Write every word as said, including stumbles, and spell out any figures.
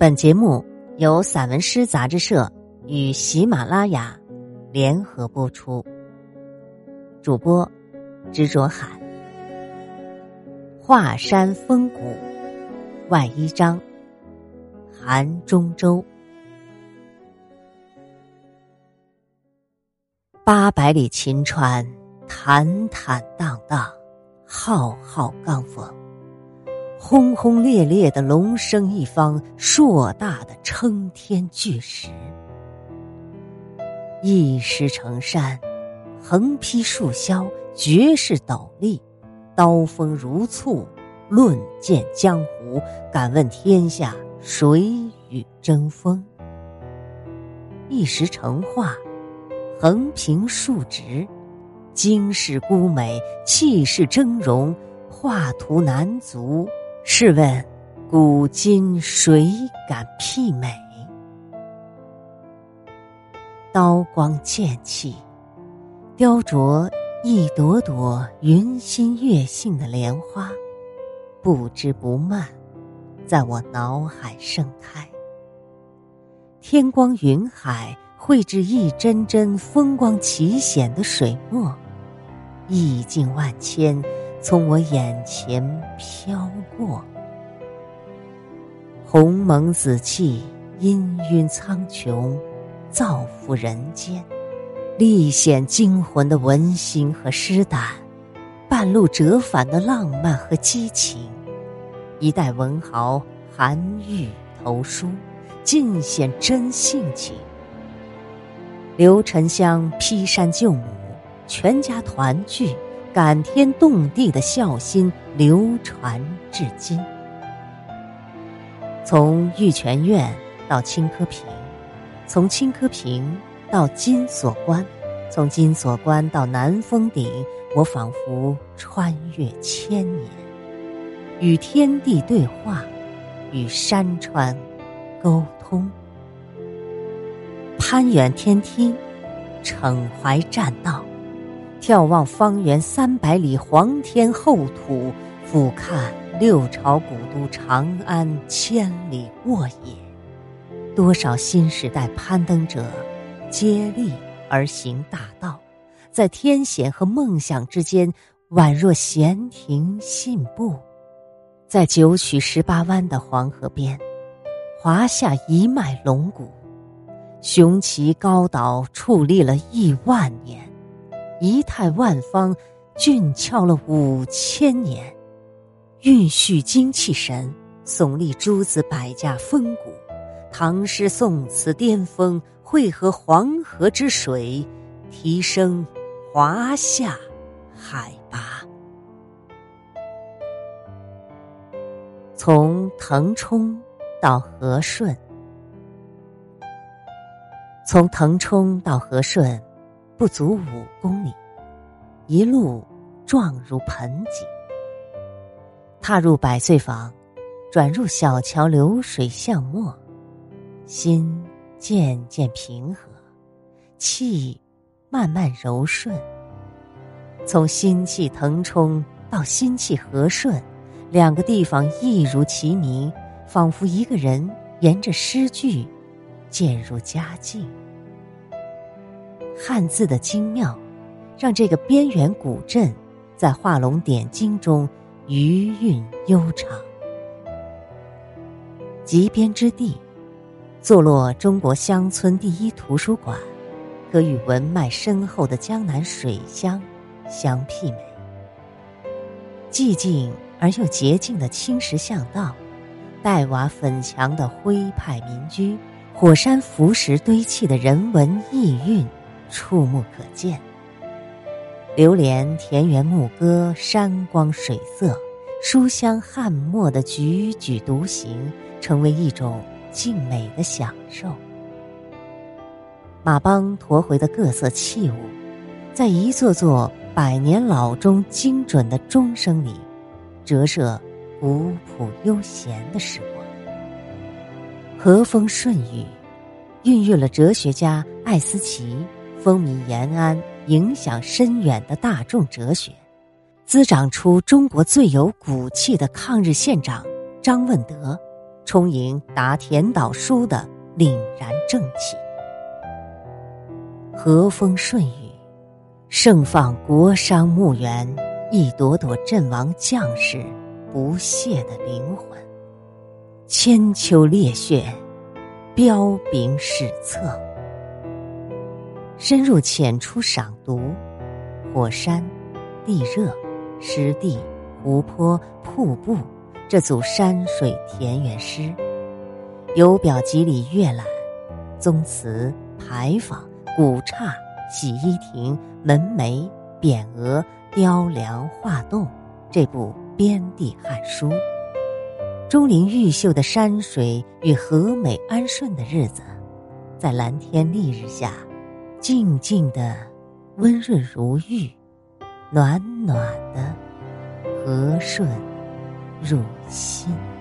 本节目由散文诗杂志社与喜马拉雅联合播出，主播执着海。华山风骨外一章，韩中州。八百里秦川，坦坦荡荡，浩浩荡风，轰轰烈烈的隆生一方硕大的撑天巨石，一石成山，横劈竖削，绝世斗笠，刀锋如簇，论剑江湖，敢问天下谁与争锋。一石成画，横平竖直，惊世孤美，气势峥嵘，画图难足，试问古今谁敢媲美？刀光剑气，雕琢一朵朵云心悦性的莲花，不知不慢在我脑海盛开。天光云海绘制一帧帧风光奇险的水墨，意境万千从我眼前飘过。鸿蒙紫气，氤氲苍穹，造福人间，历险惊魂的文心和诗胆，半路折返的浪漫和激情，一代文豪韩愈投书，尽显真性情。刘沉香劈山救母，全家团聚，感天动地的孝心流传至今。从玉泉院到青稞坪，从青稞坪到金锁关，从金锁关到南峰顶，我仿佛穿越千年，与天地对话，与山川沟通。攀远天梯，骋怀栈道，眺望方圆三百里黄天厚土，俯瞰六朝古都长安千里沃野。多少新时代攀登者接力而行大道，在天险和梦想之间宛若闲庭信步。在九曲十八弯的黄河边，华夏一脉龙骨，雄奇高岛矗立了亿万年，仪态万方俊俏了五千年，蕴蓄精气神，耸立诸子百家风骨，唐诗宋词巅峰，汇合黄河之水，提升华夏海拔。从腾冲到和顺，从腾冲到和顺不足五公里，一路壮如盆景。踏入百岁坊，转入小桥流水巷陌，心渐渐平和，气慢慢柔顺。从心气腾冲到心气和顺，两个地方一如其名，仿佛一个人沿着诗句渐入佳境。汉字的精妙，让这个边缘古镇在画龙点睛中余韵悠长。极边之地，坐落中国乡村第一图书馆，可与文脉深厚的江南水乡相媲美。寂静而又洁净的青石巷道，黛瓦粉墙的徽派民居，火山浮石堆砌的人文意蕴，触目可见。流连田园牧歌，山光水色，书香翰墨的踽踽独行，成为一种静美的享受。马帮驮回的各色器物，在一座座百年老钟精准的钟声里，折射古朴悠闲的时光。和风顺雨，孕育了哲学家艾思奇风靡延安、影响深远的大众哲学，滋长出中国最有骨气的抗日县长张问德， 充盈答田岛书的凛然正气。和风顺雨，盛放国殇墓园一朵朵阵亡将士不懈的灵魂。千秋烈血，彪炳史册。深入浅出赏读火山、地热、湿地、湖泊、瀑布这组山水田园诗，由表集里阅览、宗祠、牌坊、古刹、洗衣亭、门楣、匾额、雕梁画栋这部边地汉书。钟灵毓秀的山水与和美安顺的日子，在蓝天丽日下静静的温润如玉，暖暖的和顺入心。